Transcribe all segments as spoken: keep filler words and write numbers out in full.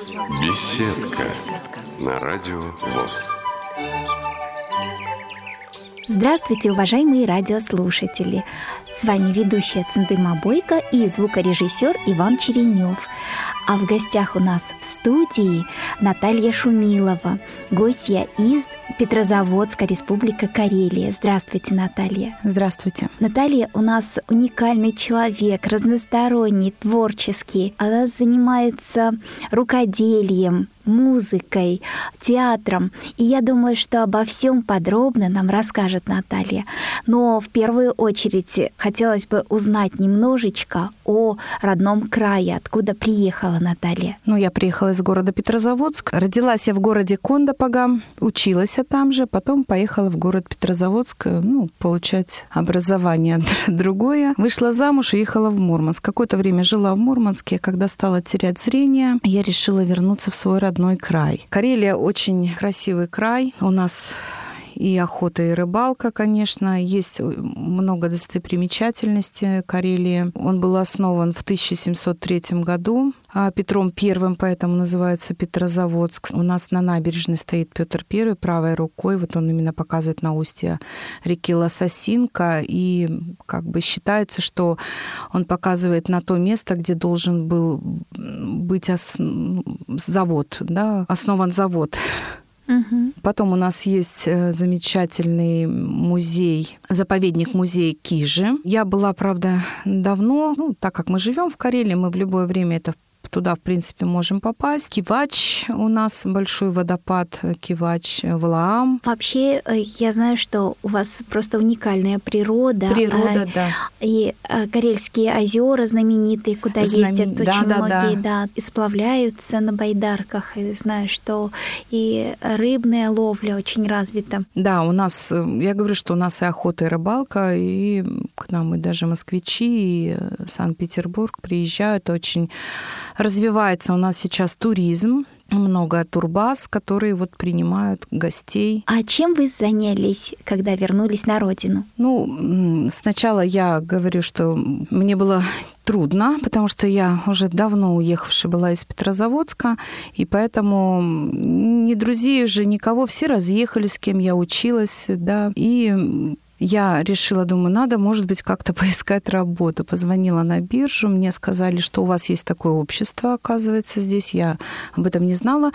Беседка на радио ВОС. Здравствуйте, уважаемые радиослушатели! С вами ведущая Цендыма Бойко и звукорежиссер Иван Черенев. А в гостях у нас в студии Наталья Шумилова, гостья из Петрозаводска, Республика Карелия. Здравствуйте, Наталья. Здравствуйте. Наталья у нас уникальный человек, разносторонний, творческий. Она занимается рукоделием, музыкой, театром. И я думаю, что обо всем подробно нам расскажет Наталья. Но в первую очередь хотелось бы узнать немножечко о родном крае, откуда приехала Наталья. Ну, я приехала из города Петрозаводск. Родилась я в городе Кондопога, училась я там же, потом поехала в город Петрозаводск, ну, получать образование другое. Вышла замуж и ехала в Мурманск. Какое-то время жила в Мурманске. Когда стала терять зрение, я решила вернуться в свой родной край. Карелия очень красивый край. У нас и охота, и рыбалка, конечно. Есть много достопримечательностей Карелии. Он был основан в тысяча семьсот третьем году Петром Первым, поэтому называется Петрозаводск. У нас на набережной стоит Петр Первый правой рукой. Вот он именно показывает на устье реки Лососинка. И как бы считается, что он показывает на то место, где должен был быть ос... завод, да? Основан завод. Угу. Потом у нас есть замечательный музей, заповедник-музей Кижи. Я была, правда, давно, ну, так как мы живем в Карелии, мы в любое время это туда, в принципе, можем попасть. Кивач у нас большой водопад, Кивач, Валаам. Вообще, я знаю, что у вас просто уникальная природа. Природа, а, да. И Карельские озера знаменитые, куда Знаме... ездят да, очень да, многие, да. да, и сплавляются на байдарках. И знаю, что и рыбная ловля очень развита. Да, у нас, я говорю, что у нас и охота, и рыбалка, и к нам и даже москвичи, и Санкт-Петербург приезжают, очень развивается у нас сейчас туризм, много турбаз, которые вот принимают гостей. А чем вы занялись, когда вернулись на родину? Ну, сначала я говорю, что мне было трудно, потому что я уже давно уехавшая была из Петрозаводска, и поэтому ни друзей уже, никого, все разъехались, с кем я училась, да, и я решила, думаю, надо, может быть, как-то поискать работу. Позвонила на биржу, мне сказали, что у вас есть такое общество, оказывается, здесь. Я об этом не знала.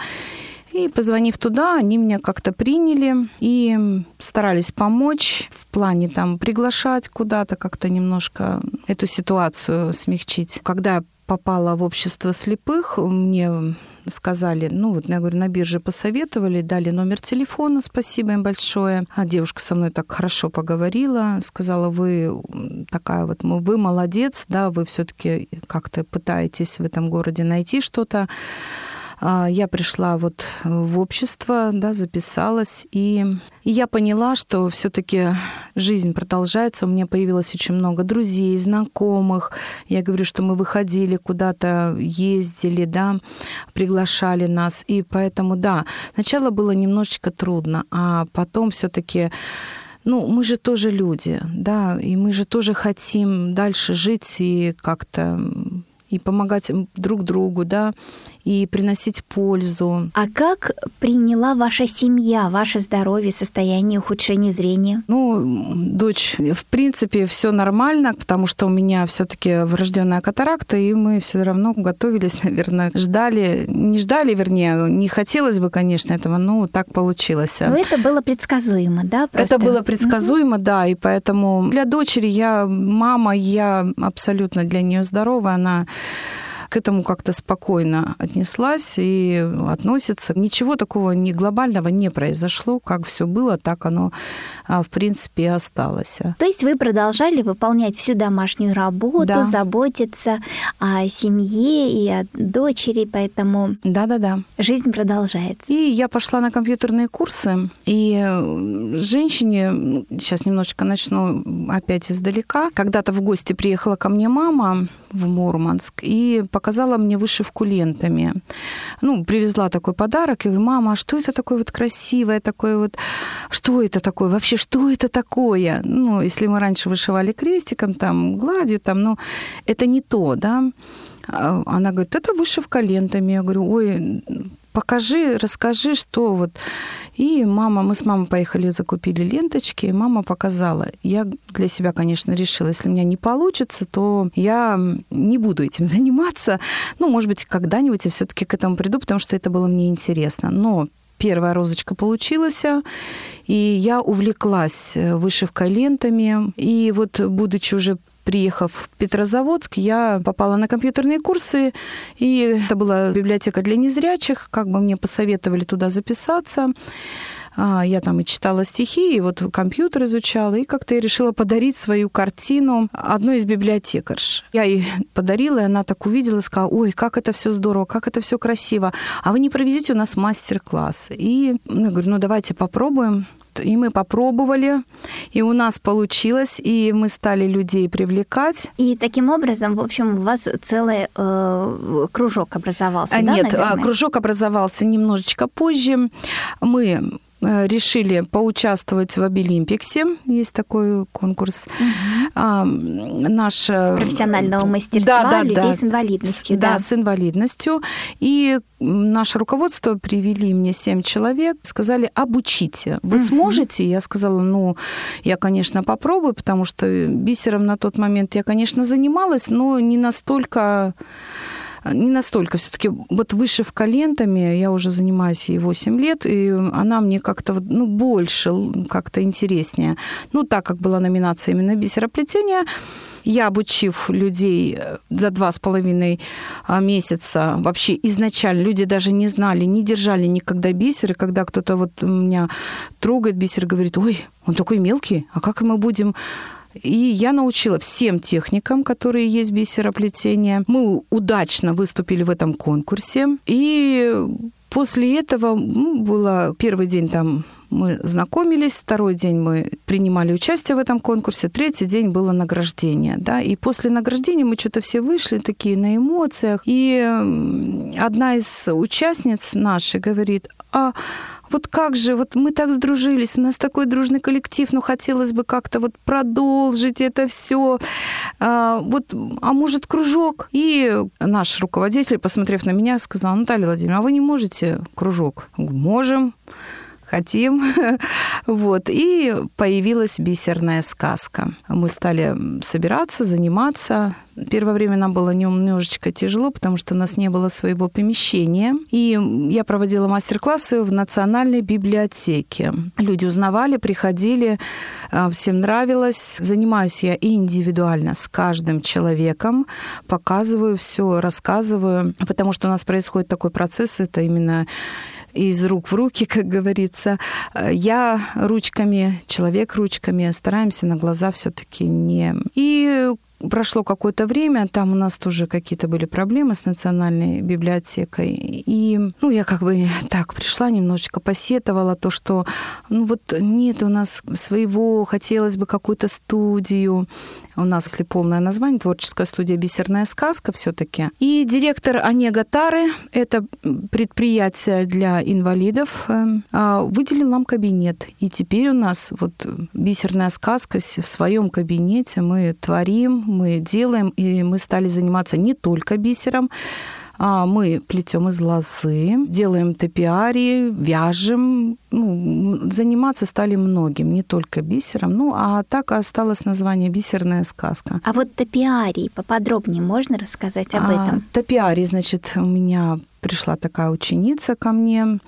И, позвонив туда, они меня как-то приняли и старались помочь в плане там приглашать куда-то, как-то немножко эту ситуацию смягчить. Когда я попала в общество слепых, мне сказали, ну вот, я говорю, на бирже посоветовали, дали номер телефона, спасибо им большое. А девушка со мной так хорошо поговорила, сказала, вы такая вот, вы молодец, да, вы все-таки как-то пытаетесь в этом городе найти что-то. Я пришла вот в общество, да, записалась, и, и я поняла, что все-таки жизнь продолжается. У меня появилось очень много друзей, знакомых. Я говорю, что мы выходили куда-то, ездили, да, приглашали нас. И поэтому, да, сначала было немножечко трудно, а потом все-таки, ну, мы же тоже люди, да, и мы же тоже хотим дальше жить и как-то и помогать друг другу, да, и приносить пользу. А как приняла ваша семья ваше здоровье, состояние ухудшения зрения? Ну, дочь, в принципе, все нормально, потому что у меня все-таки врожденная катаракта, и мы все равно готовились, наверное, ждали, не ждали, вернее, не хотелось бы, конечно, этого, но так получилось. Но это было предсказуемо, да? Просто? Это было предсказуемо, угу. Да, и поэтому для дочери я мама, я абсолютно для нее здорова, она к этому как-то спокойно отнеслась и относится. Ничего такого не глобального не произошло. Как все было, так оно, в принципе, и осталось. То есть вы продолжали выполнять всю домашнюю работу, да, заботиться о семье и о дочери, поэтому да-да-да, жизнь продолжается. И я пошла на компьютерные курсы, и женщине, сейчас немножечко начну опять издалека, когда-то в гости приехала ко мне мама в Мурманск и показала мне вышивку лентами. Ну, привезла такой подарок. Я говорю, мама, а что это такое вот красивое, такое вот... Что это такое? Вообще, что это такое? Ну, если мы раньше вышивали крестиком, там, гладью, там, ну, это не то, да. Она говорит, это вышивка лентами. Я говорю, ой, покажи, расскажи, что вот. И мама, мы с мамой поехали, закупили ленточки, и мама показала. Я для себя, конечно, решила, если у меня не получится, то я не буду этим заниматься. Ну, может быть, когда-нибудь я все-таки к этому приду, потому что это было мне интересно. Но первая розочка получилась, и я увлеклась вышивкой лентами. И вот, будучи уже приехав в Петрозаводск, я попала на компьютерные курсы, и это была библиотека для незрячих, как бы мне посоветовали туда записаться. Я там и читала стихи, и вот компьютер изучала, и как-то я решила подарить свою картину одной из библиотекарш. Я ей подарила, и она так увидела, сказала, ой, как это все здорово, как это все красиво, а вы не проведете у нас мастер-класс? И я говорю, ну давайте попробуем. И мы попробовали, и у нас получилось, и мы стали людей привлекать. И таким образом, в общем, у вас целый э, кружок образовался, а, да, Нет, наверное? Кружок образовался немножечко позже. Мы решили поучаствовать в Обилимпиксе. Есть такой конкурс. Угу. А, наш... Профессионального мастерства да, да, людей да. с инвалидностью. Да, да, с инвалидностью. И наше руководство привели мне семь человек, сказали, обучите. Вы угу. сможете? Я сказала, ну, я, конечно, попробую, потому что бисером на тот момент я, конечно, занималась, но не настолько... Не настолько. Все-таки вот вышивка лентами, я уже занимаюсь ей восемь лет, и она мне как-то ну, больше, как-то интереснее. Ну, так как была номинация именно бисероплетения, я, обучив людей за два с половиной месяца, вообще изначально люди даже не знали, не держали никогда бисер, и когда кто-то вот меня трогает бисер, говорит, ой, он такой мелкий, а как мы будем... И я научила всем техникам, которые есть бисероплетения. Мы удачно выступили в этом конкурсе. И после этого ну, было первый день там мы знакомились, второй день мы принимали участие в этом конкурсе, третий день было награждение. Да? И после награждения мы что-то все вышли такие на эмоциях. И одна из участниц нашей говорит, а вот как же, вот мы так сдружились, у нас такой дружный коллектив, но хотелось бы как-то вот продолжить это все. А, вот, а может, кружок? И наш руководитель, посмотрев на меня, сказал, Наталья Владимировна, а вы не можете кружок? Можем. Хотим. Вот. И появилась бисерная сказка. Мы стали собираться, заниматься. Первое время нам было немножечко тяжело, потому что у нас не было своего помещения. И я проводила мастер-классы в Национальной библиотеке. Люди узнавали, приходили, всем нравилось. Занимаюсь я и индивидуально с каждым человеком. Показываю все, рассказываю. Потому что у нас происходит такой процесс, это именно из рук в руки, как говорится. Я ручками, человек ручками, стараемся на глаза все-таки не... И прошло какое-то время, там у нас тоже какие-то были проблемы с Национальной библиотекой. И ну, я как бы так пришла, немножечко посетовала то, что ну, вот нет у нас своего, хотелось бы какую-то студию. У нас, если полное название, творческая студия «Бисерная сказка» все-таки. И директор Онега Тары, это предприятие для инвалидов, выделил нам кабинет. И теперь у нас вот «Бисерная сказка» в своем кабинете мы творим, мы делаем, и мы стали заниматься не только бисером, а мы плетем из лозы, делаем топиарии, вяжем. Ну, заниматься стали многим, не только бисером. Ну, а так осталось название «Бисерная сказка». А вот топиарий поподробнее можно рассказать об этом? А, топиарий, значит, у меня пришла такая ученица ко мне,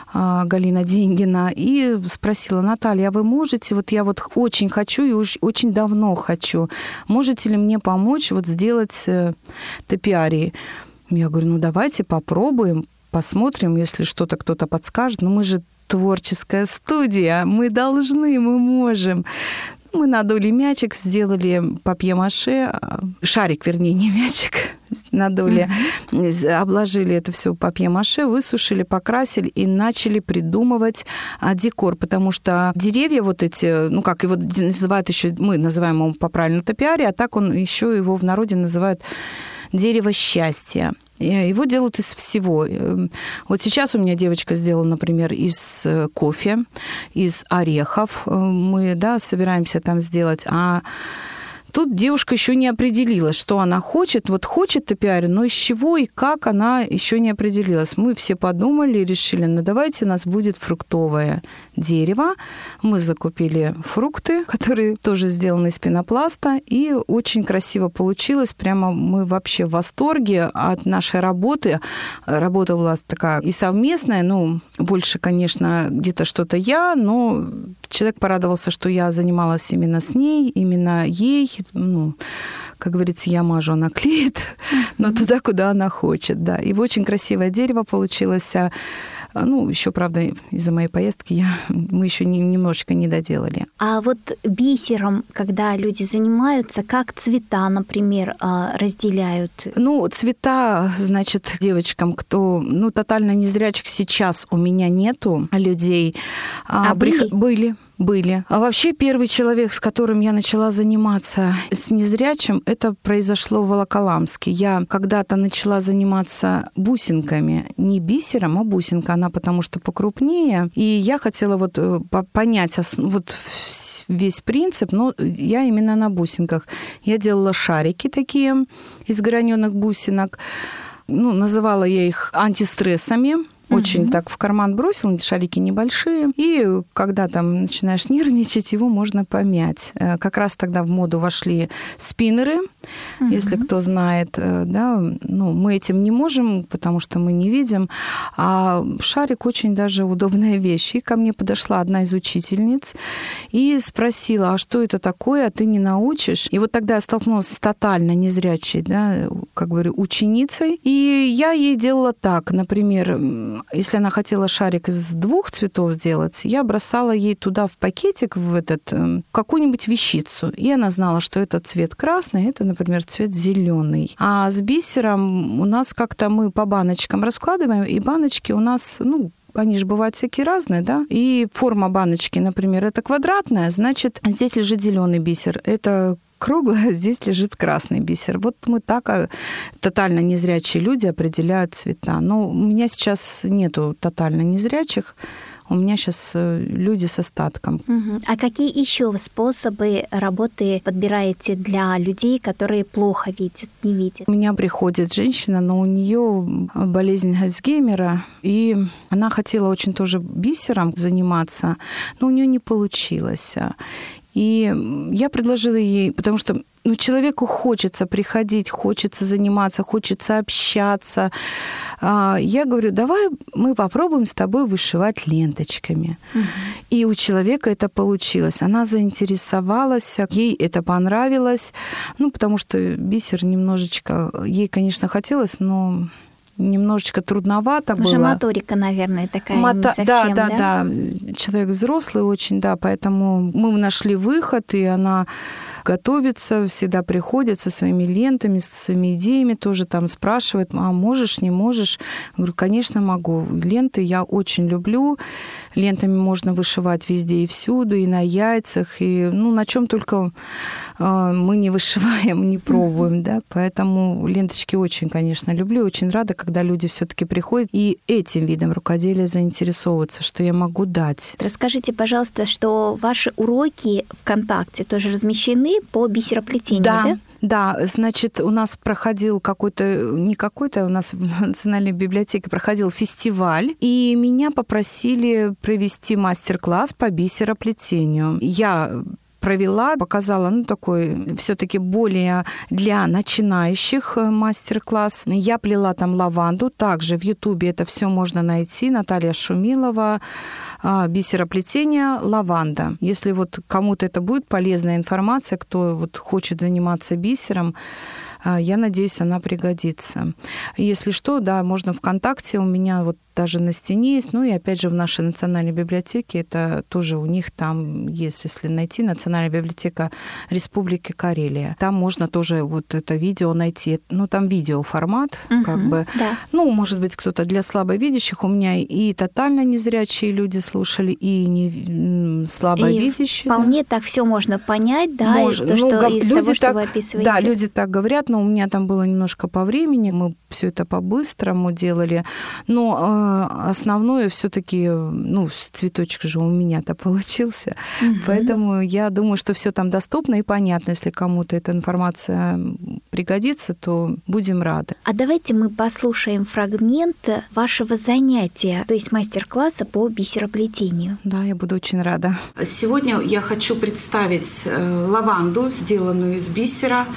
Галина Деньгина, и спросила, Наталья, а вы можете, вот я вот очень хочу и уж очень давно хочу, можете ли мне помочь вот сделать топиарий? Я говорю, ну давайте попробуем, посмотрим, если что-то кто-то подскажет. Ну мы же творческая студия, мы должны, мы можем. Мы надули мячик, сделали папье-маше, шарик, вернее, не мячик, надули, mm-hmm. обложили это все папье-маше, высушили, покрасили и начали придумывать декор, потому что деревья вот эти, ну как его называют еще, мы называем его по-правильному топиарий, а так он еще его в народе называют дерево счастья. Его делают из всего. Вот сейчас у меня девочка сделала, например, из кофе, из орехов. Мы, да, собираемся там сделать. А тут девушка еще не определилась, что она хочет. Вот хочет топиарию, но из чего и как она еще не определилась. Мы все подумали и решили, ну давайте у нас будет фруктовое дерево. Мы закупили фрукты, которые тоже сделаны из пенопласта, и очень красиво получилось. Прямо мы вообще в восторге от нашей работы. Работа была такая и совместная, ну, больше, конечно, где-то что-то я, но человек порадовался, что я занималась именно с ней, именно ей. Ну, как говорится, я мажу, она клеит, но туда, куда она хочет, да. И очень красивое дерево получилось. Ну, еще, правда, из-за моей поездки я, мы еще не, немножечко не доделали. А вот бисером, когда люди занимаются, как цвета, например, разделяют? Ну, цвета, значит, девочкам, кто, ну, тотально незрячих сейчас у меня нету людей. А, а были? Были. Были. А вообще первый человек, с которым я начала заниматься с незрячим, это произошло в Волоколамске. Я когда-то начала заниматься бусинками. Не бисером, а бусинка. Она потому что покрупнее. И я хотела вот понять вот весь принцип, но я именно на бусинках. Я делала шарики такие из граненых бусинок. Ну, называла я их антистрессами. Очень угу. так в карман бросил, шарики небольшие. И когда там начинаешь нервничать, его можно помять. Как раз тогда в моду вошли спиннеры, угу. если кто знает. Да, ну, мы этим не можем, потому что мы не видим. А шарик очень даже удобная вещь. И ко мне подошла одна из учительниц и спросила, а что это такое, а ты не научишь? И вот тогда я столкнулась с тотально незрячей, да, как говорю, ученицей. И я ей делала так, например, если она хотела шарик из двух цветов сделать, я бросала ей туда в пакетик, в этот, какую-нибудь вещицу. И она знала, что это цвет красный, это, например, цвет зеленый. А с бисером у нас как-то мы по баночкам раскладываем, и баночки у нас, ну, они же бывают всякие разные, да? И форма баночки, например, это квадратная, значит, здесь лежит зеленый бисер. Это круглая, здесь лежит красный бисер. Вот мы так, тотально незрячие люди определяют цвета. Но у меня сейчас нету тотально незрячих, у меня сейчас люди с остатком. Угу. А какие еще способы работы подбираете для людей, которые плохо видят, не видят? У меня приходит женщина, но у нее болезнь Альцгеймера, и она хотела очень тоже бисером заниматься, но у нее не получилось. И я предложила ей, потому что ну, человеку хочется приходить, хочется заниматься, хочется общаться. Я говорю, давай мы попробуем с тобой вышивать ленточками. Угу. И у человека это получилось. Она заинтересовалась, ей это понравилось. Ну, потому что бисер немножечко... Ей, конечно, хотелось, но... немножечко трудновато было. Уже моторика, наверное, такая Мото... не совсем, да, да? Да, да, человек взрослый очень, да, поэтому мы нашли выход, и она готовится, всегда приходит со своими лентами, со своими идеями, тоже там спрашивает, а можешь, не можешь? Я говорю, конечно, могу. Ленты я очень люблю. Лентами можно вышивать везде и всюду, и на яйцах, и ну, на чем только мы не вышиваем, не пробуем, да, поэтому ленточки очень, конечно, люблю, очень рада, когда люди все-таки приходят и этим видом рукоделия заинтересовываются, что я могу дать. Расскажите, пожалуйста, что ваши уроки ВКонтакте тоже размещены по бисероплетению, да? Да. Да, значит, у нас проходил какой-то, не какой-то, у нас в Национальной библиотеке проходил фестиваль, и меня попросили провести мастер-класс по бисероплетению. Я провела, показала, ну, такой все-таки более для начинающих мастер-класс. Я плела там лаванду. Также в Ютубе это все можно найти. Наталья Шумилова, бисероплетение, лаванда. Если вот кому-то это будет полезная информация, кто вот хочет заниматься бисером, я надеюсь, она пригодится. Если что, да, можно ВКонтакте, у меня вот даже на стене есть, ну и опять же в нашей национальной библиотеке, это тоже у них там есть, если найти, Национальная библиотека Республики Карелия. Там можно тоже вот это видео найти, ну там видеоформат, угу, как бы, да. Ну, может быть, кто-то для слабовидящих, у меня и тотально незрячие люди слушали, и не слабовидящие. И вполне да. Так все можно понять, да, Может. То, ну, что из люди того, что так, вы описываете. Да, люди так говорят, но у меня там было немножко по времени, мы все это по-быстрому делали, но основное все-таки, ну, цветочек же у меня-то получился. Угу. Поэтому я думаю, что все там доступно и понятно. Если кому-то эта информация пригодится, то будем рады. А давайте мы послушаем фрагмент вашего занятия, то есть мастер-класса по бисероплетению. Да, я буду очень рада. Сегодня я хочу представить лаванду, сделанную из бисера,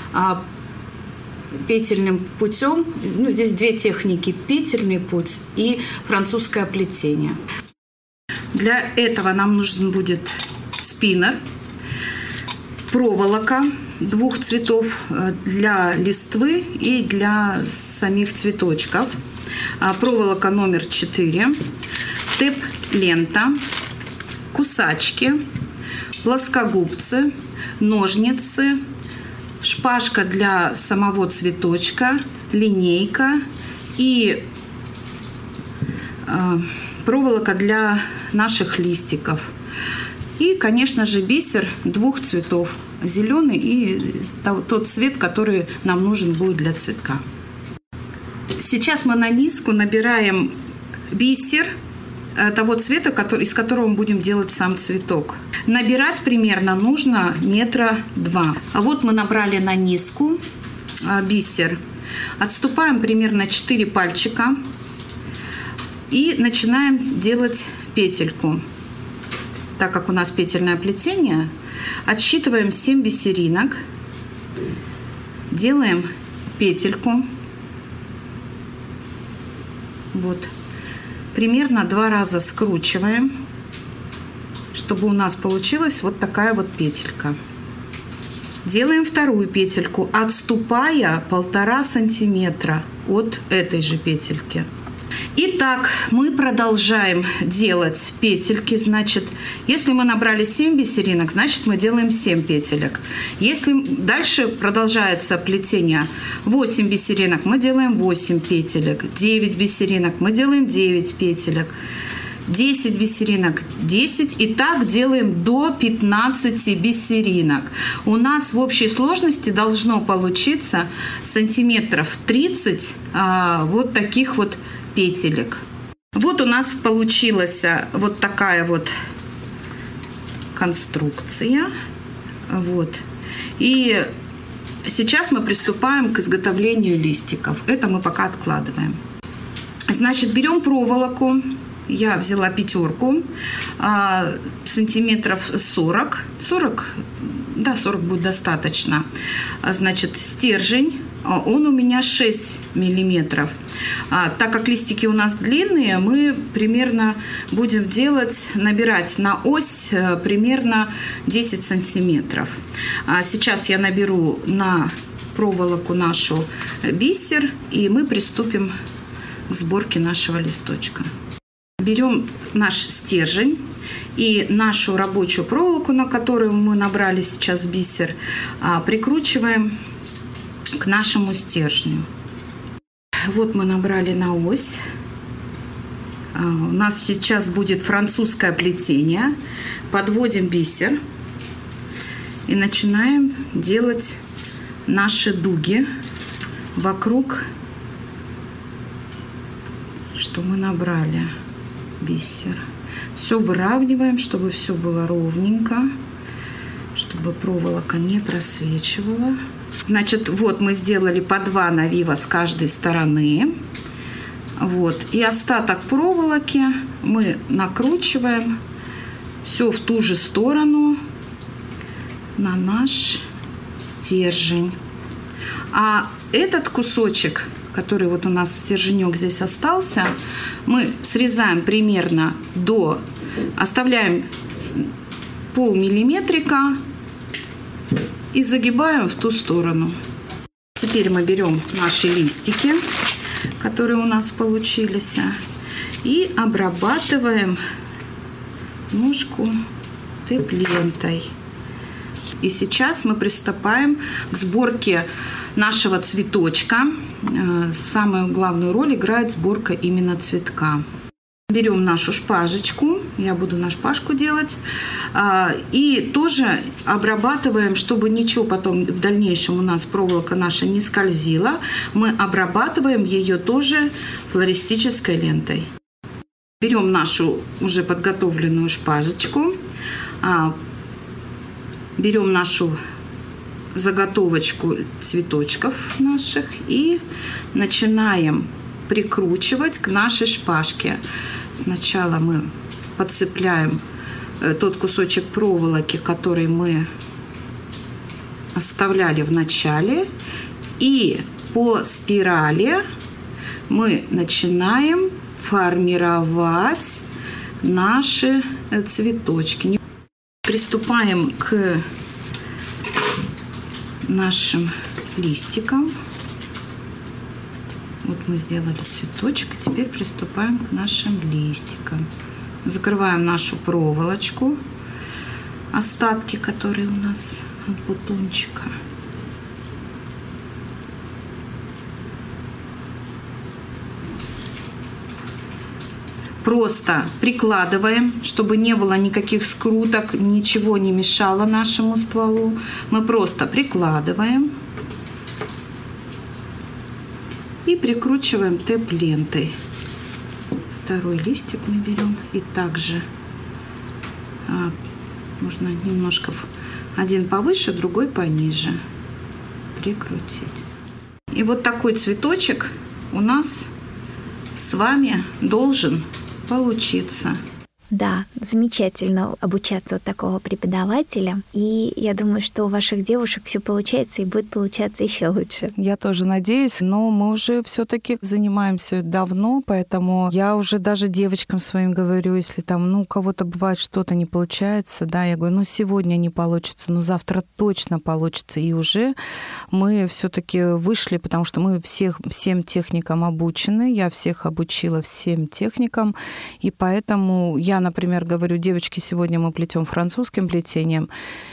петельным путем. Ну, здесь две техники: петельный путь и французское плетение. Для этого нам нужен будет спиннер, проволока двух цветов для листвы и для самих цветочков, проволока номер четыре, тэп-лента, кусачки, плоскогубцы, ножницы, шпажка для самого цветочка, линейка и э, проволока для наших листиков. И, конечно же, бисер двух цветов, зеленый и тот цвет, который нам нужен будет для цветка. Сейчас мы на низку набираем бисер того цвета, который, из которого мы будем делать сам цветок. Набирать примерно нужно метра два. А вот мы набрали на низку бисер. Отступаем примерно четыре пальчика и начинаем делать петельку. Так как у нас петельное плетение, отсчитываем семь бисеринок, делаем петельку. Вот. Примерно два раза скручиваем, чтобы у нас получилась вот такая вот петелька. Делаем вторую петельку, отступая полтора сантиметра от этой же петельки. Итак, мы продолжаем делать петельки. Значит, если мы набрали семь бисеринок, значит, мы делаем семь петелек. Если дальше продолжается плетение восемь бисеринок, мы делаем восемь петелек. девять бисеринок, мы делаем девять петелек. десять бисеринок, десять. И так делаем до пятнадцати бисеринок. У нас в общей сложности должно получиться сантиметров тридцать а, вот таких вот петелек. Вот у нас получилась вот такая вот конструкция. Вот. И сейчас мы приступаем к изготовлению листиков. Это мы пока откладываем. Значит, берем проволоку. Я взяла пятерку, сантиметров сорок. сорок, да, сорок будет достаточно. Значит, стержень. Он у меня шесть миллиметров. А, так как листики у нас длинные, мы примерно будем делать, набирать на ось примерно десять сантиметров. А сейчас я наберу на проволоку нашу бисер, и мы приступим к сборке нашего листочка. Берем наш стержень и нашу рабочую проволоку, на которую мы набрали сейчас бисер, прикручиваем к нашему стержню. Вот мы набрали на ось. У нас сейчас будет французское плетение. Подводим бисер и начинаем делать наши дуги вокруг, что мы набрали бисер. Все выравниваем, чтобы все было ровненько, чтобы проволока не просвечивала. Значит, вот мы сделали по два навива с каждой стороны. Вот. И остаток проволоки мы накручиваем все в ту же сторону на наш стержень. А этот кусочек, который вот у нас стерженек здесь остался, мы срезаем примерно до, оставляем полмиллиметрика и загибаем в ту сторону. Теперь мы берем наши листики, которые у нас получились, и обрабатываем ножку тэп-лентой. И сейчас мы приступаем к сборке нашего цветочка. Самую главную роль играет сборка именно цветка. Берем нашу шпажечку Я буду на шпажку делать. И тоже обрабатываем, чтобы ничего потом в дальнейшем у нас проволока наша не скользила. Мы обрабатываем ее тоже флористической лентой. Берем нашу уже подготовленную шпажечку, берем нашу заготовочку цветочков наших и начинаем прикручивать к нашей шпажке. Сначала мы подцепляем тот кусочек проволоки, который мы оставляли в начале, и по спирали мы начинаем формировать наши цветочки. Приступаем к нашим листикам. Вот мы сделали цветочек, теперь приступаем к нашим листикам. Закрываем нашу проволочку, остатки, которые у нас от бутончика. Просто прикладываем, чтобы не было никаких скруток, ничего не мешало нашему стволу. Мы просто прикладываем и прикручиваем тэп-лентой. Второй листик мы берем и также а, можно немножко один повыше, другой пониже прикрутить. И вот такой цветочек у нас с вами должен получиться. Да, замечательно обучаться у такого преподавателя. И я думаю, что у ваших девушек все получается и будет получаться еще лучше. Я тоже надеюсь, но мы уже все-таки занимаемся давно, поэтому я уже даже девочкам своим говорю, если там, ну, у кого-то бывает что-то не получается, да, я говорю, ну, сегодня не получится, но завтра точно получится. И уже мы все-таки вышли, потому что мы всех, всем техникам обучены, я всех обучила всем техникам, и поэтому я Я, например, говорю, девочки, сегодня мы плетем французским плетением,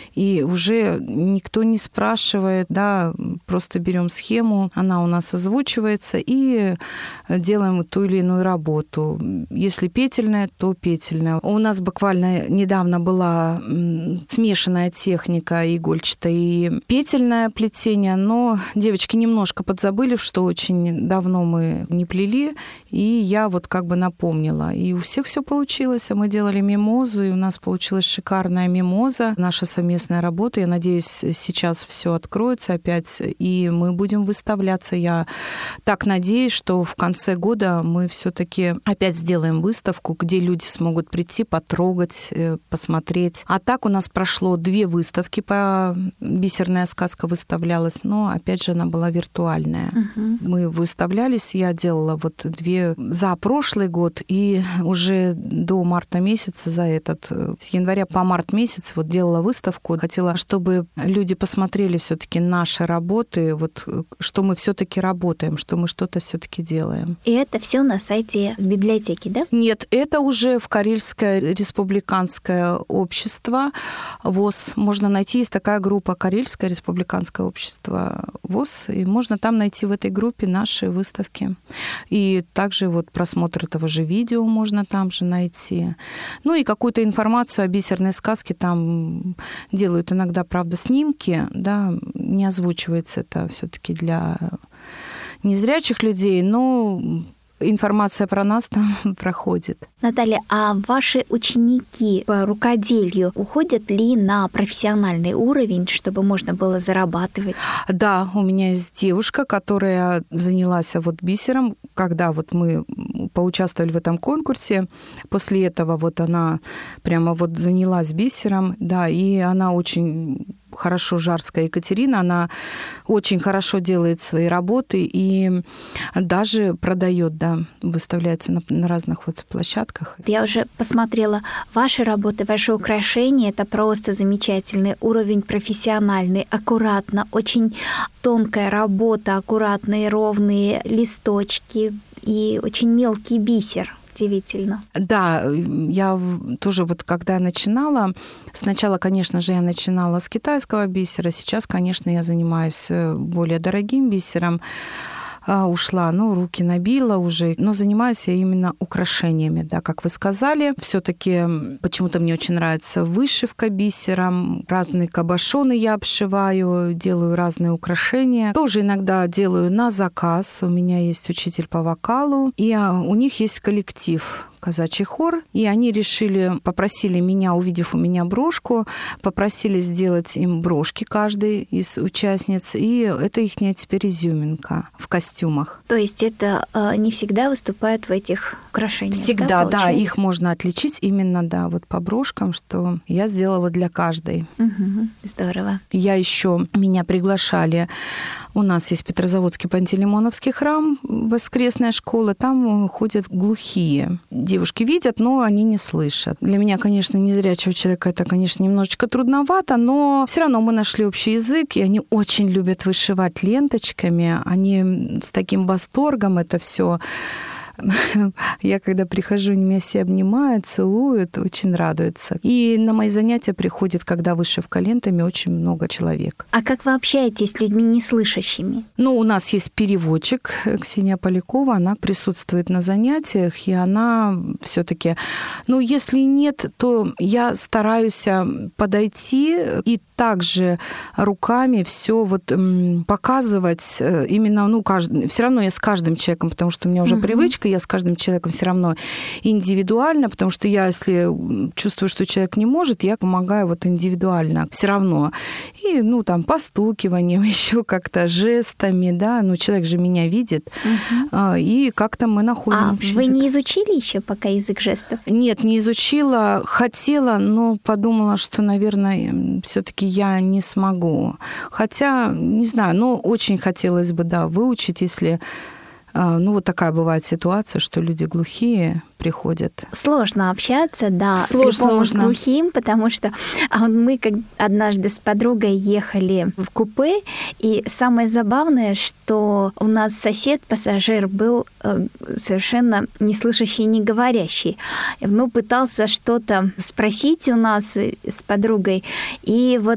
и уже никто не спрашивает, да, просто берем схему, она у нас озвучивается, и делаем ту или иную работу. Если петельная, то петельная. У нас буквально недавно была смешанная техника игольчатая и петельное плетение, но девочки немножко подзабыли, что очень давно мы не плели, и я вот как бы напомнила. И у всех все получилось. Мы делали мимозу, и у нас получилась шикарная мимоза. Наша совместная работа. Я надеюсь, сейчас все откроется опять, и мы будем выставляться. Я так надеюсь, что в конце года мы все-таки опять сделаем выставку, где люди смогут прийти, потрогать, посмотреть. А так у нас прошло две выставки, по «Бисерная сказка» выставлялась, но опять же она была виртуальная. Uh-huh. Мы выставлялись, я делала вот две за прошлый год, и уже до марта месяца, за этот, с января по март месяц вот делала выставку. Хотела, чтобы люди посмотрели все-таки наши работы, вот что мы все-таки работаем, что мы что-то все-таки делаем. И это все на сайте библиотеки, да? Нет, это уже в Карельское республиканское общество ВОС. Можно найти, есть такая группа Карельское республиканское общество ВОС, и можно там найти в этой группе наши выставки. И также вот просмотр этого же видео можно там же найти. Ну и какую-то информацию о бисерной сказке там делают иногда, правда, снимки, да, не озвучивается это все-таки для незрячих людей, но информация про нас там проходит. Наталья, а ваши ученики по рукоделию уходят ли на профессиональный уровень, чтобы можно было зарабатывать? Да, у меня есть девушка, которая занялась вот бисером, когда вот мы поучаствовали в этом конкурсе. После этого вот она прямо вот занялась бисером, да, и она очень хорошо, Жарская Екатерина, она очень хорошо делает свои работы и даже продает, да, выставляется на, на разных вот площадках. Я уже посмотрела ваши работы, ваши украшения. Это просто замечательный уровень, профессиональный, аккуратно, очень тонкая работа, аккуратные ровные листочки и очень мелкий бисер. Удивительно. Да, я тоже вот когда начинала, сначала, конечно же, я начинала с китайского бисера, сейчас, конечно, я занимаюсь более дорогим бисером. ушла, ну, руки набила уже, но занимаюсь я именно украшениями, да, как вы сказали. Все-таки почему-то мне очень нравится вышивка бисером, разные кабошоны я обшиваю, делаю разные украшения. Тоже иногда делаю на заказ. У меня есть учитель по вокалу, и у них есть коллектив казачий хор, и они решили, попросили меня, увидев у меня брошку, попросили сделать им брошки каждой из участниц, и это их теперь изюминка в костюмах. То есть это э, не всегда выступают в этих украшениях? Всегда, да, да, их можно отличить именно, да, вот по брошкам, что я сделала для каждой. Угу, здорово. Я еще, меня приглашали, у нас есть Петрозаводский Пантелеймоновский храм, воскресная школа, там ходят глухие. Девушки видят, но они не слышат. Для меня, конечно, незрячего человека это, конечно, немножечко трудновато, но все равно мы нашли общий язык, и они очень любят вышивать ленточками. Они с таким восторгом это все. Я, когда прихожу, они меня все обнимают, целуют, очень радуются. И на мои занятия приходит, когда вышивка лентами, очень много человек. А как вы общаетесь с людьми неслышащими? Ну, у нас есть переводчик Ксения Полякова, она присутствует на занятиях, и она все-таки, ну, если нет, то я стараюсь подойти и также руками все вот показывать именно, ну, каждый, все равно я с каждым человеком, потому что у меня уже uh-huh. привычка, я с каждым человеком все равно индивидуально, потому что я, если чувствую, что человек не может, я помогаю вот индивидуально все равно. И, ну, там, постукиванием, еще как-то жестами, да, ну, человек же меня видит, угу. и как-то мы находим а общий вы язык. Не изучили еще пока язык жестов? Нет, не изучила, хотела, но подумала, что, наверное, все-таки я не смогу. Хотя, не знаю, но очень хотелось бы, да, выучить, если... Ну, вот такая бывает ситуация, что люди глухие приходят. Сложно общаться, да, Сложно, с любым сложно. глухим, потому что мы как однажды с подругой ехали в купе, и самое забавное, что у нас сосед-пассажир был совершенно не слышащий, не говорящий. Ну, пытался что-то спросить у нас с подругой, и вот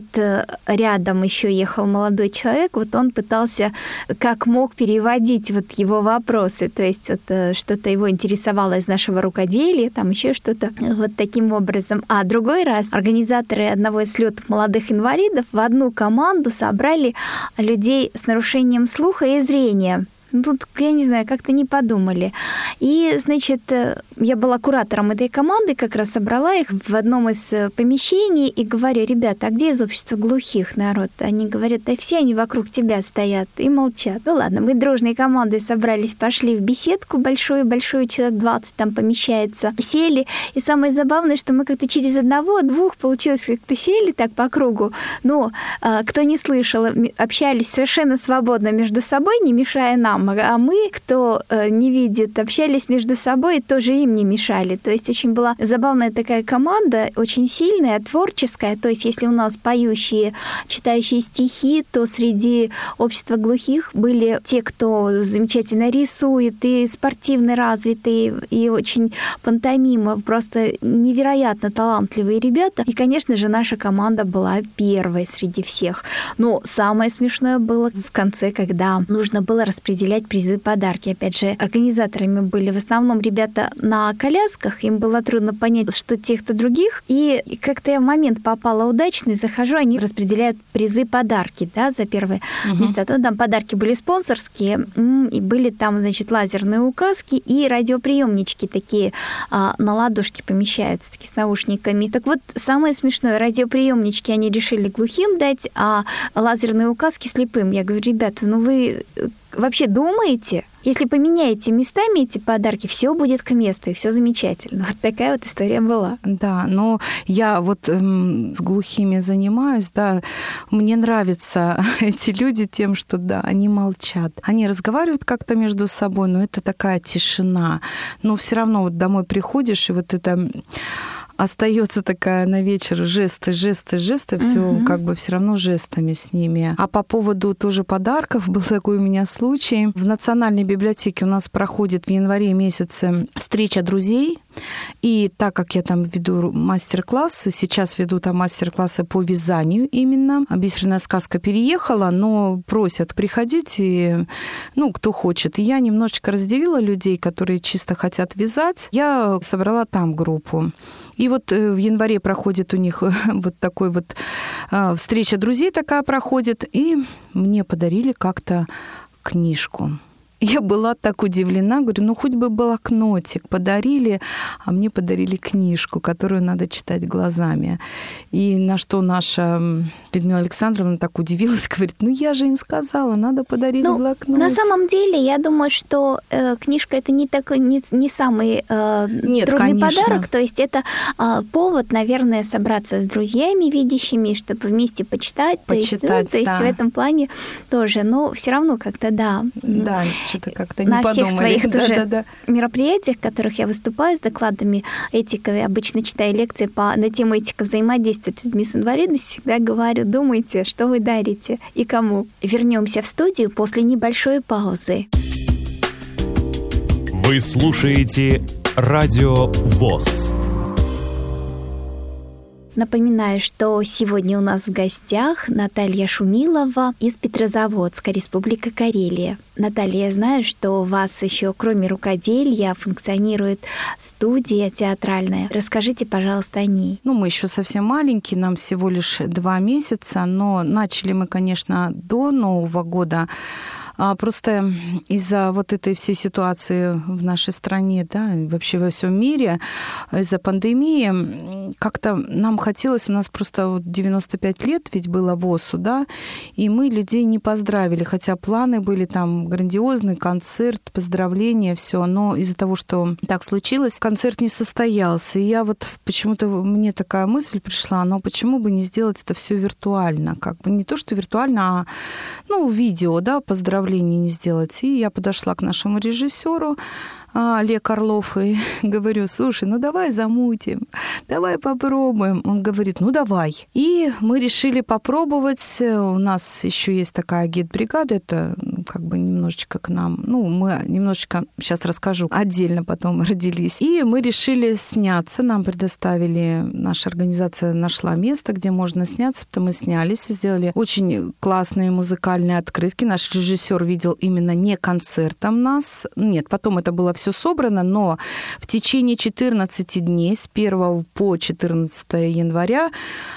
рядом еще ехал молодой человек, вот он пытался как мог переводить вот его вопросы, то есть вот что-то его интересовало из нашего рукоделия, там еще что-то вот таким образом. А другой раз организаторы одного из слетов молодых инвалидов в одну команду собрали людей с нарушением слуха и зрения. Тут, я не знаю, как-то не подумали. И, значит, я была куратором этой команды, как раз собрала их в одном из помещений и говорю: ребята, а где из общества глухих народ? Они говорят: да все они вокруг тебя стоят и молчат. Ну ладно, мы дружной командой собрались, пошли в беседку большую-большую, человек двадцать там помещается, сели. И самое забавное, что мы как-то через одного-двух, получилось, как-то сели так по кругу. Но кто не слышал, общались совершенно свободно между собой, не мешая нам. А мы, кто не видит, общались между собой и тоже им не мешали. То есть очень была забавная такая команда, очень сильная, творческая. То есть если у нас поющие, читающие стихи, то среди общества глухих были те, кто замечательно рисует, и спортивно развитые, и очень пантомима, просто невероятно талантливые ребята. И, конечно же, наша команда была первой среди всех. Но самое смешное было в конце, когда нужно было распределять призы, подарки. Опять же, организаторами были в основном ребята на колясках, им было трудно понять, что тех, то других. И как-то я в момент попала удачный, захожу, они распределяют призы, подарки, да, за первые угу. места. То там подарки были спонсорские, и были там, значит, лазерные указки и радиоприемнички такие а, на ладошке помещаются, такие с наушниками. Так вот, самое смешное, радиоприемнички они решили глухим дать, а лазерные указки слепым. Я говорю: ребята, ну вы вообще думаете, если поменяете местами эти подарки, все будет к месту, и все замечательно. Вот такая вот история была. Да, но я вот эм, с глухими занимаюсь, да, мне нравятся эти люди тем, что, да, они молчат. Они разговаривают как-то между собой, но это такая тишина. Но все равно вот домой приходишь, и вот это... остается такая на вечер жесты, жесты, жесты, все uh-huh. как бы все равно жестами с ними. А по поводу тоже подарков, был такой у меня случай. В Национальной библиотеке у нас проходит в январе месяце встреча друзей. И так как я там веду мастер-классы, сейчас веду там мастер-классы по вязанию именно. Бисерная сказка переехала, но просят приходить, и, ну, кто хочет. И я немножечко разделила людей, которые чисто хотят вязать. Я собрала там группу. И вот в январе проходит у них вот такой вот встреча друзей такая проходит, и мне подарили как-то книжку. Я была так удивлена, говорю, ну хоть бы блокнотик подарили, а мне подарили книжку, которую надо читать глазами. И на что наша Людмила Александровна так удивилась, говорит, ну я же им сказала, надо подарить ну, блокнот. На самом деле, я думаю, что э, книжка это не, такой, не, не самый э, Нет, трудный конечно. подарок, то есть это э, повод, наверное, собраться с друзьями видящими, чтобы вместе почитать. Почитать, то есть, да. ну, то есть в этом плане тоже, но все равно как-то, да. Да, что-то как-то не на подумали. всех своих да, тоже да, да. мероприятиях, в которых я выступаю с докладами этики, обычно читаю лекции по, на тему этика взаимодействия с людьми с инвалидностью, всегда говорю, думайте, что вы дарите и кому. Вернемся в студию после небольшой паузы. Вы слушаете Радио ВОС. Напоминаю, что сегодня у нас в гостях Наталья Шумилова из Петрозаводска, Республика Карелия. Наталья, я знаю, что у вас еще, кроме рукоделья, функционирует студия театральная. Расскажите, пожалуйста, о ней. Ну, мы еще совсем маленькие, нам всего лишь два месяца, но начали мы, конечно, до Нового года. А просто из-за вот этой всей ситуации в нашей стране, да, и вообще во всем мире, из-за пандемии, как-то нам хотелось, у нас просто девяносто пять лет ведь было ВОСу, да, и мы людей не поздравили, хотя планы были там грандиозный концерт, поздравления, все, но из-за того, что так случилось, концерт не состоялся. И я вот почему-то, мне такая мысль пришла, но почему бы не сделать это все виртуально, как бы не то, что виртуально, а, ну, видео, да, поздравления не сделать. И я подошла к нашему режиссеру Олег Орлов и говорю, слушай, ну давай замутим, давай попробуем. Он говорит, ну давай. И мы решили попробовать. У нас еще есть такая гид-бригада, это как бы немножечко к нам, ну мы немножечко, сейчас расскажу, отдельно потом родились. И мы решили сняться, нам предоставили, наша организация нашла место, где можно сняться, потом мы снялись и сделали очень классные музыкальные открытки. Наш режиссер видел именно не концертом нас, нет, потом это было все все собрано, но в течение четырнадцати дней, с первого по четырнадцатое января,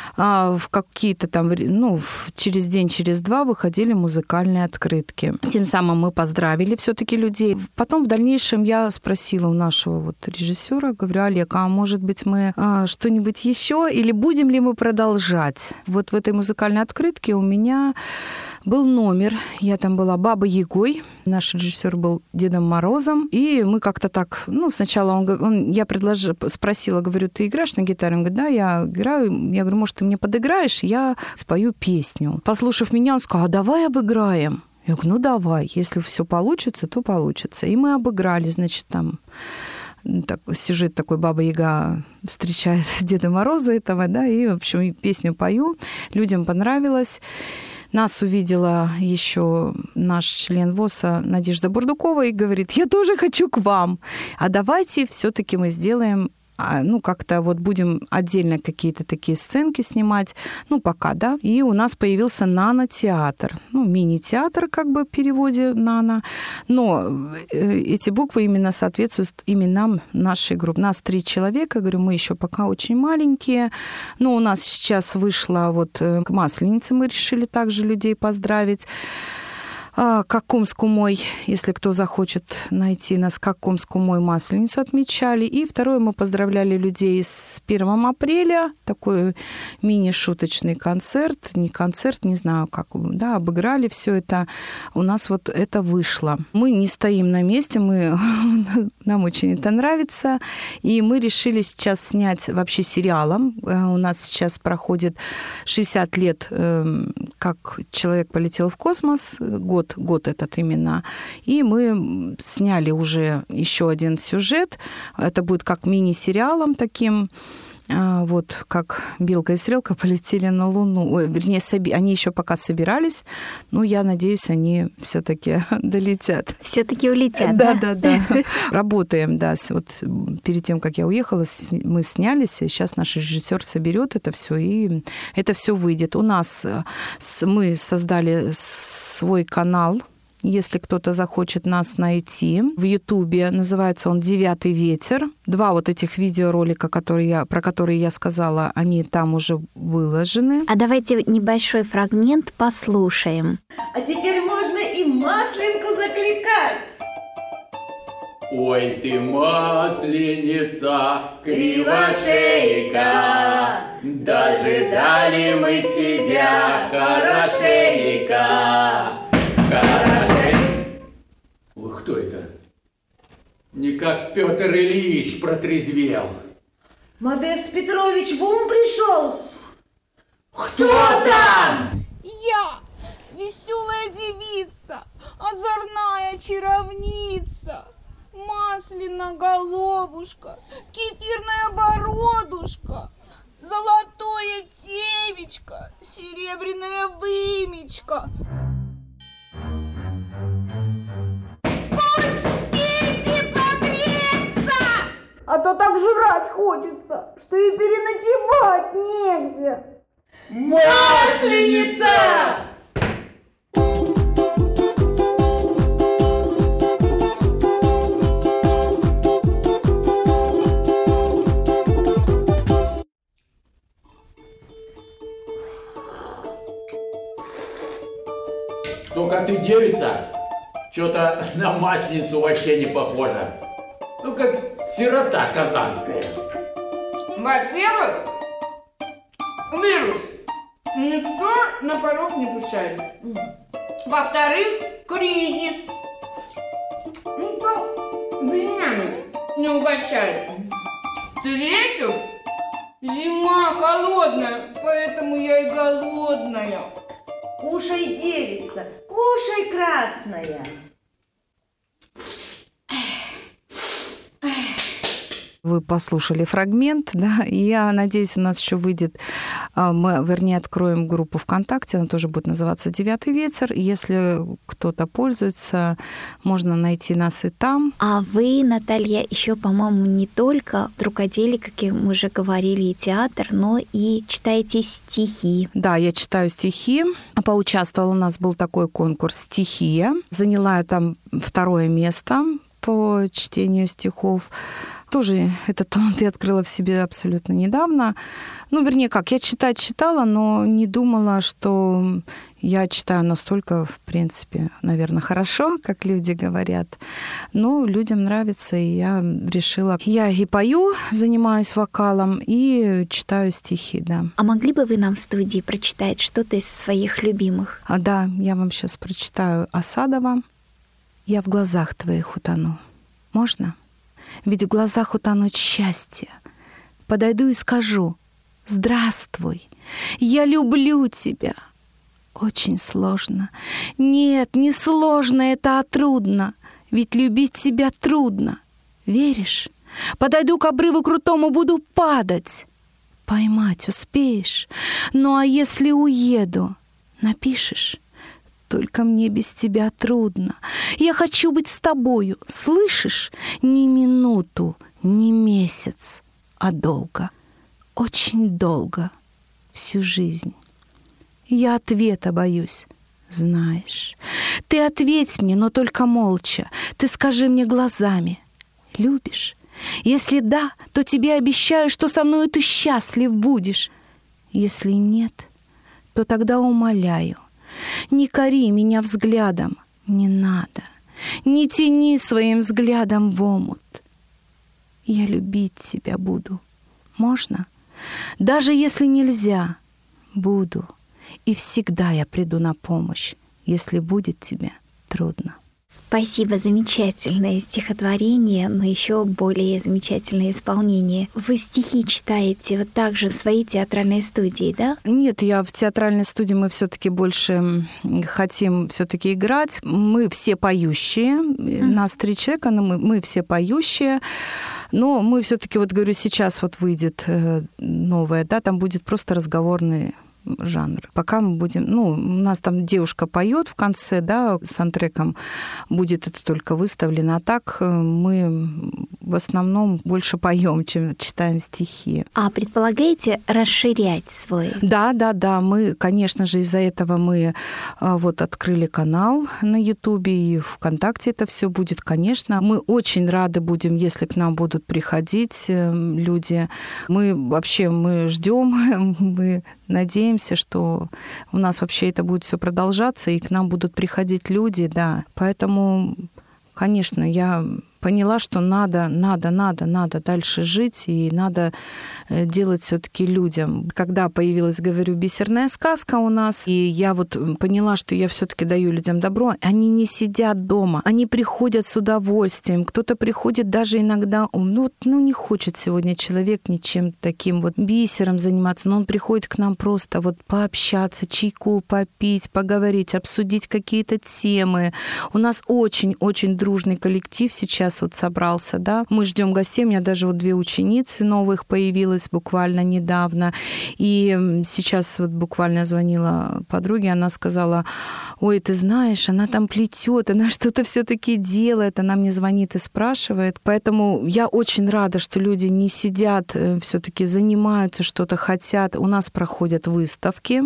в какие-то там, ну, через день, через два выходили музыкальные открытки. Тем самым мы поздравили все-таки людей. Потом в дальнейшем я спросила у нашего вот режиссера, говорю, Олег, а может быть мы а, что-нибудь еще или будем ли мы продолжать? Вот в этой музыкальной открытке у меня был номер, я там была Бабой Ягой, наш режиссер был Дедом Морозом, и мы как-то так, ну, сначала он, он я предложила, спросила, говорю, ты играешь на гитаре? Он говорит, да, я играю. Я говорю, может, ты мне подыграешь? Я спою песню. Послушав меня, он сказал, а давай обыграем. Я говорю, ну, давай, если все получится, то получится. И мы обыграли, значит, там так, сюжет такой, Баба Яга встречает Деда Мороза этого, да, и, в общем, песню пою. Людям понравилось. Нас увидела еще наш член ВОСа Надежда Бурдукова и говорит, я тоже хочу к вам. А давайте все-таки мы сделаем, ну, как-то вот будем отдельно какие-то такие сценки снимать, ну, пока, да. И у нас появился нанотеатр, ну, мини-театр, как бы в переводе нано, но эти буквы именно соответствуют именам нашей группы. Нас три человека, говорю, мы еще пока очень маленькие, но у нас сейчас вышло вот к Масленице, мы решили также людей поздравить. Как Комскую-Мой, если кто захочет найти нас, как Комскую-Мой Масленицу отмечали. И второе, мы поздравляли людей с первого апреля. Такой мини-шуточный концерт. Не концерт, не знаю, как, да, обыграли все это. У нас вот это вышло. Мы не стоим на месте, мы, нам очень это нравится. И мы решили сейчас снять вообще сериалом. У нас сейчас проходит шестьдесят лет, как человек полетел в космос, год год этот именно. И мы сняли уже еще один сюжет. Это будет как мини-сериалом таким. вот как белка и стрелка полетели на Луну. Ой, вернее, соби... они еще пока собирались, но я надеюсь, они все-таки долетят. Все-таки улетят. Да, да, да. Работаем, да. Вот перед тем, как я уехала, мы снялись, и сейчас наш режиссер соберет это все, и это все выйдет. У нас мы создали свой канал. Если кто-то захочет нас найти в Ютубе, называется он «Девятый ветер». Два вот этих видеоролика, которые я, про которые я сказала, они там уже выложены. А давайте небольшой фрагмент послушаем. А теперь можно и Масленку закликать. Ой ты, Масленица, кривошейка, дожидали мы тебя хорошенько. Хорошенько. Вы кто это? Не как Петр Ильич протрезвел. Модест Петрович в ум пришел. Кто там? Я, веселая девица, озорная чаровница, Маслина головушка, кефирная бородушка, золотое темечко, серебряная вымечка. Пустите погреться! А то так жрать хочется, что и переночевать негде. Масленица! Только ты, девица, что-то на Масленицу вообще не похожа. Ну, как сирота казанская. Во-первых, вирус. Никто на порог не пускает. Во-вторых, кризис. Никто блинями не угощает. В-третьих, зима холодная, поэтому я и голодная. Кушай, девица, кушай, красная. Вы послушали фрагмент, да, и я надеюсь, у нас еще выйдет, мы, вернее, откроем группу ВКонтакте, она тоже будет называться «Девятый ветер». Если кто-то пользуется, можно найти нас и там. А вы, Наталья, еще, по-моему, не только в рукоделии, как мы уже говорили, и театр, но и читаете стихи. Да, я читаю стихи. Поучаствовала, у нас был такой конкурс «Стихия». Заняла я там второе место по чтению стихов. Тоже этот талант я открыла в себе абсолютно недавно. Ну, вернее, как, я читать читала, но не думала, что я читаю настолько, в принципе, наверное, хорошо, как люди говорят. Но людям нравится, и я решила... Я и пою, занимаюсь вокалом, и читаю стихи, да. А могли бы вы нам в студии прочитать что-то из своих любимых? А, да, я вам сейчас прочитаю Асадова. «Я в глазах твоих утону». Можно? Ведь в глазах утонуть счастье. Подойду и скажу: «Здравствуй, я люблю тебя». Очень сложно. Нет, не сложно, это а трудно. Ведь любить тебя трудно. Веришь? Подойду к обрыву крутому, буду падать. Поймать успеешь? Ну а если уеду, напишешь? Только мне без тебя трудно. Я хочу быть с тобою, слышишь? Ни минуту, ни месяц, а долго, очень долго, всю жизнь. Я ответа боюсь, знаешь. Ты ответь мне, но только молча. Ты скажи мне глазами: любишь? Если да, то тебе обещаю, что со мною ты счастлив будешь. Если нет, то тогда умоляю, не кори меня взглядом, не надо, не тяни своим взглядом в омут. Я любить тебя буду, можно? Даже если нельзя, буду. И всегда я приду на помощь, если будет тебе трудно. Спасибо, замечательное стихотворение, но еще более замечательное исполнение. Вы стихи читаете вот так же в своей театральной студии, да? Нет, я в театральной студии, мы все-таки больше хотим все-таки играть. Мы все поющие, mm. нас три человека, но мы, мы все поющие. Но мы все-таки, вот говорю, сейчас вот выйдет новое, да, там будет просто разговорный жанр. Пока мы будем... Ну, у нас там девушка поет в конце, да, с антреком будет это только выставлено. А так мы в основном больше поем, чем читаем стихи. А предполагаете расширять свой? Да, да, да. Мы, конечно же, из-за этого мы вот открыли канал на Ютубе и ВКонтакте это все будет, конечно. Мы очень рады будем, если к нам будут приходить люди. Мы вообще мы ждем, мы надеемся, что у нас вообще это будет все продолжаться, и к нам будут приходить люди, да. Поэтому, конечно, я поняла, что надо, надо, надо, надо дальше жить, и надо делать все-таки людям. Когда появилась, говорю, бисерная сказка у нас, и я вот поняла, что я все-таки даю людям добро, они не сидят дома, они приходят с удовольствием, кто-то приходит даже иногда, ну, ну не хочет сегодня человек ничем таким вот бисером заниматься, но он приходит к нам просто вот пообщаться, чайку попить, поговорить, обсудить какие-то темы. У нас очень-очень дружный коллектив сейчас вот собрался, да. Мы ждем гостей. У меня даже вот две ученицы новых появилось буквально недавно. И сейчас вот буквально звонила подруге, она сказала: ой, ты знаешь, она там плетет, она что-то все-таки делает. Она мне звонит и спрашивает. Поэтому я очень рада, что люди не сидят, все-таки занимаются, что-то хотят. У нас проходят выставки.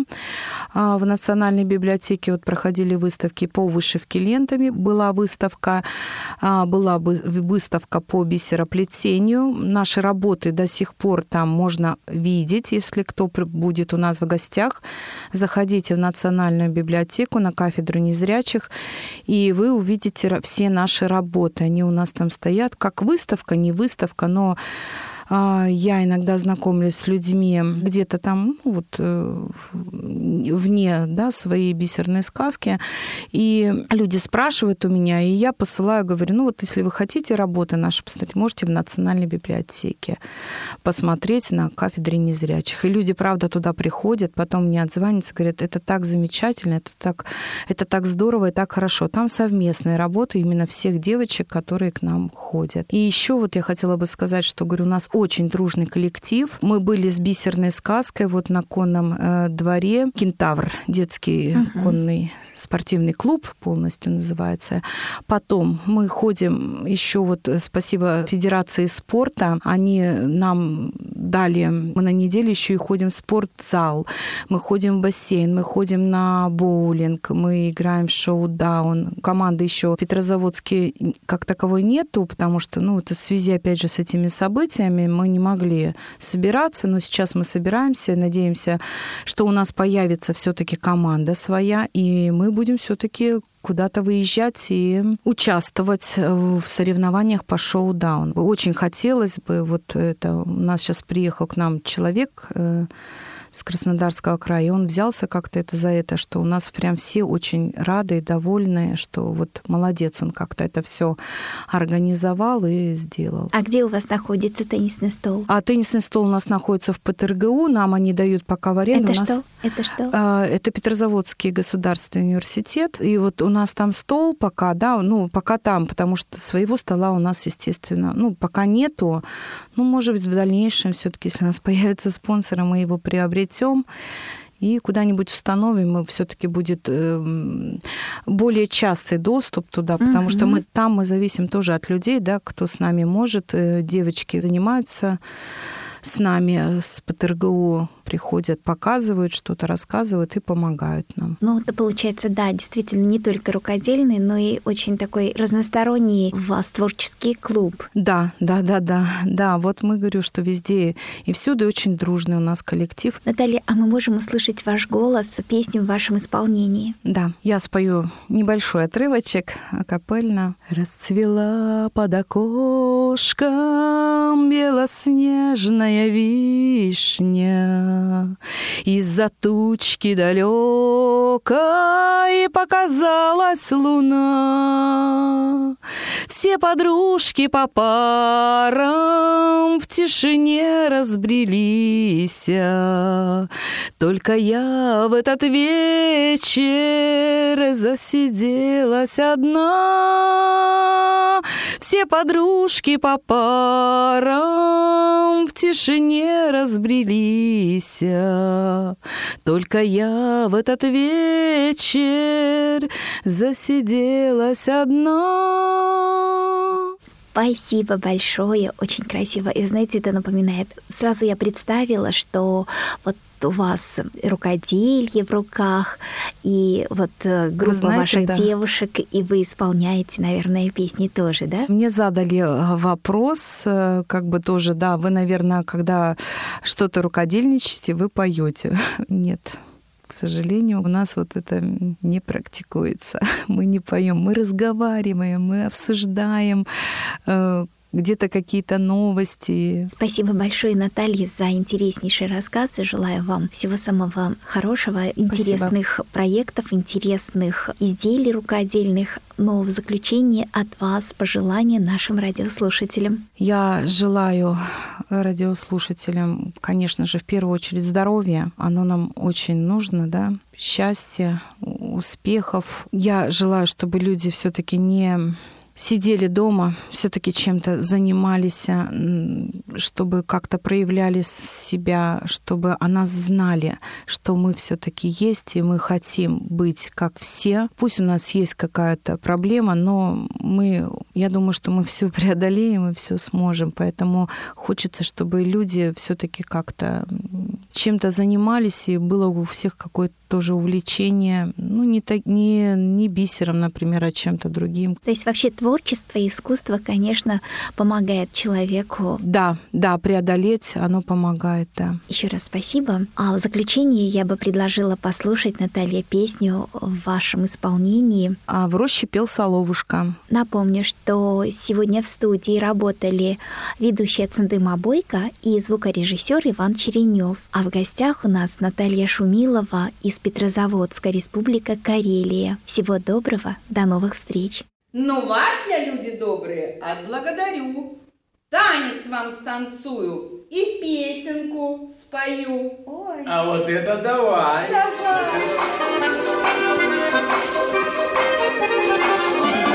В Национальной библиотеке вот проходили выставки по вышивке лентами. Была выставка, была бы выставка по бисероплетению. Наши работы до сих пор там можно видеть, если кто будет у нас в гостях. Заходите в Национальную библиотеку на кафедру незрячих, и вы увидите все наши работы. Они у нас там стоят, как выставка, не выставка, но я иногда знакомлюсь с людьми где-то там, ну, вот, вне, да, своей бисерной сказки, и люди спрашивают у меня, и я посылаю, говорю, ну вот если вы хотите работы наши посмотреть, можете в Национальной библиотеке посмотреть на кафедре незрячих. И люди, правда, туда приходят, потом мне отзваниваются, говорят, это так замечательно, это так, это так здорово и так хорошо. Там совместная работа именно всех девочек, которые к нам ходят. И еще вот я хотела бы сказать, что, говорю, у нас очень дружный коллектив. Мы были с бисерной сказкой вот на конном э, дворе. «Кентавр», детский uh-huh. конный спортивный клуб полностью называется. Потом мы ходим еще вот, спасибо Федерации спорта, они нам дали, мы на неделю еще и ходим в спортзал, мы ходим в бассейн, мы ходим на боулинг, мы играем в шоу-даун. Команды еще в Петрозаводске как таковой нету, потому что, ну, это в связи, опять же, с этими событиями мы не могли собираться, но сейчас мы собираемся, надеемся, что у нас появится все-таки команда своя, и мы будем все-таки куда-то выезжать и участвовать в соревнованиях по шоу-даун. Очень хотелось бы, вот это у нас сейчас приехал к нам человек с Краснодарского края, и он взялся как-то это за это, что у нас прям все очень рады и довольны, что вот молодец, он как-то это все организовал и сделал. А где у вас находится теннисный стол? А теннисный стол у нас находится в ПТРГУ, нам они дают пока в аренду. Это у что? Нас, это что? А, это Петрозаводский государственный университет, и вот у нас там стол пока, да, ну, пока там, потому что своего стола у нас, естественно, ну, пока нету, ну, может быть, в дальнейшем все-таки, если у нас появится спонсор, мы его приобретем и куда-нибудь установим, и все-таки будет более частый доступ туда, потому mm-hmm. что мы там мы зависим тоже от людей, да, кто с нами может. Девочки занимаются с нами, с ПТРГУ приходят, показывают что-то, рассказывают и помогают нам. Ну, это получается, да, действительно, не только рукодельный, но и очень такой разносторонний у вас творческий клуб. Да, да, да, да, да. Вот мы говорю, что везде и всюду очень дружный у нас коллектив. Наталья, а мы можем услышать ваш голос, песню в вашем исполнении? Да, я спою небольшой отрывочек акапельно. Расцвела под окошком белоснежная вишня, Из-за тучки далекой показалась луна. Все подружки по парам в тишине разбрелись. Только я в этот вечер засиделась одна. Все подружки по парам в тишине разбрелись. Только я в этот вечер засиделась одна. Спасибо большое, очень красиво. И знаете, это напоминает, сразу я представила, что вот у вас рукоделье в руках, и вот группа знаете, ваших да. девушек, и вы исполняете, наверное, песни тоже, да? Мне задали вопрос, как бы тоже, да, вы, наверное, когда что-то рукодельничаете, вы поете. Нет. К сожалению, у нас вот это не практикуется. Мы не поем, мы разговариваем, мы обсуждаем э, где-то какие-то новости. Спасибо большое, Наталья, за интереснейший рассказ. И желаю вам всего самого хорошего, интересных Спасибо. проектов, интересных изделий рукодельных. Но в заключение от вас пожелания нашим радиослушателям. Я желаю радиослушателям, конечно же, в первую очередь здоровья. Оно нам очень нужно, да, счастья, успехов. Я желаю, чтобы люди все-таки не сидели дома, все-таки чем-то занимались, чтобы как-то проявляли себя, чтобы о нас знали, что мы все-таки есть, и мы хотим быть как все. Пусть у нас есть какая-то проблема, но мы, я думаю, что мы все преодолеем и все сможем. Поэтому хочется, чтобы люди все-таки как-то чем-то занимались, и было у всех какое-то тоже увлечение, ну, не, не, не бисером, например, а чем-то другим. То есть вообще творчество и искусство, конечно, помогает человеку. Да, да, преодолеть оно помогает, да. Еще раз спасибо. А в заключение я бы предложила послушать, Наталья, песню в вашем исполнении. А в роще пел соловушка. Напомню, что сегодня в студии работали ведущая Цендыма Бойко и звукорежиссер Иван Черенев. А в гостях у нас Наталья Шумилова из Петрозаводска, Республика Карелия. Всего доброго, до новых встреч. Ну вас я, люди добрые, отблагодарю. Танец вам станцую и песенку спою. Ой. А вот это давай. Давай.